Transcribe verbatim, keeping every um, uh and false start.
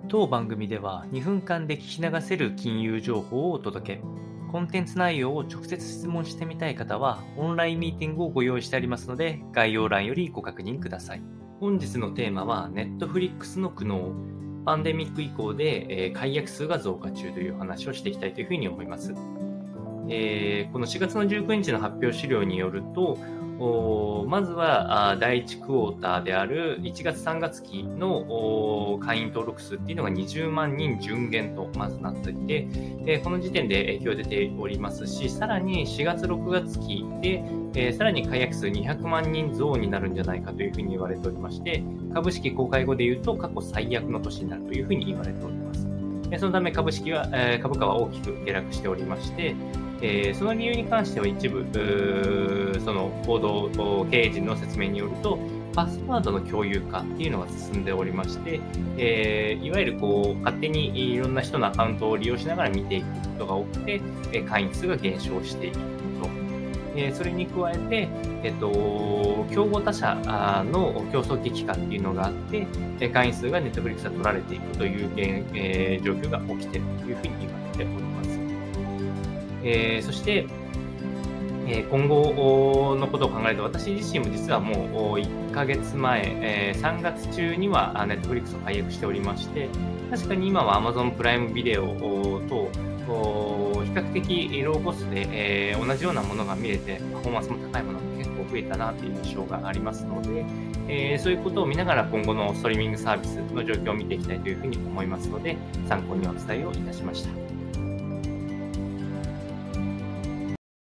当番組ではにふんかんで聞き流せる金融情報をお届け。コンテンツ内容を直接質問してみたい方はオンラインミーティングをご用意してありますので、概要欄よりご確認ください。本日のテーマは Netflix の苦悩。パンデミック以降で、えー、解約数が増加中という話をしていきたいというふうに思います。えー、このしがつのじゅうくにちの発表資料によると、まずはだいいちクォーターであるいちがつさんがつ期の会員登録数っていうのがにじゅうまんにん純減とまずなっていて、この時点で影響出ておりますし、さらにしがつろくがつ期でさらに解約数にひゃくまんにん増になるんじゃないかというふうに言われておりまして、株式公開後でいうと過去最悪の年になるというふうに言われております。そのため株式は株価は大きく下落しておりまして、えー、その理由に関しては一部その報道経営陣の説明によると、パスワードの共有化っていうのが進んでおりまして、えー、いわゆるこう勝手にいろんな人のアカウントを利用しながら見ていくことが多くて、会員数が減少していると。えー、それに加えて、えっと、競合他社の競争激化っていうのがあって、会員数が Netflix が取られていくという、えー、状況が起きているというふうに言われております。えー、そして、えー、今後のことを考えると、私自身も実はもういっかげつまえ、えー、さんがつ中には Netflix を解約しておりまして、確かに今は Amazon プライムビデオと比較的ローコストで、えー、同じようなものが見れて、パフォーマンスも高いものが結構増えたなという印象がありますので、えー、そういうことを見ながら今後のストリーミングサービスの状況を見ていきたいというふうに思いますので、参考にお伝えをいたしました。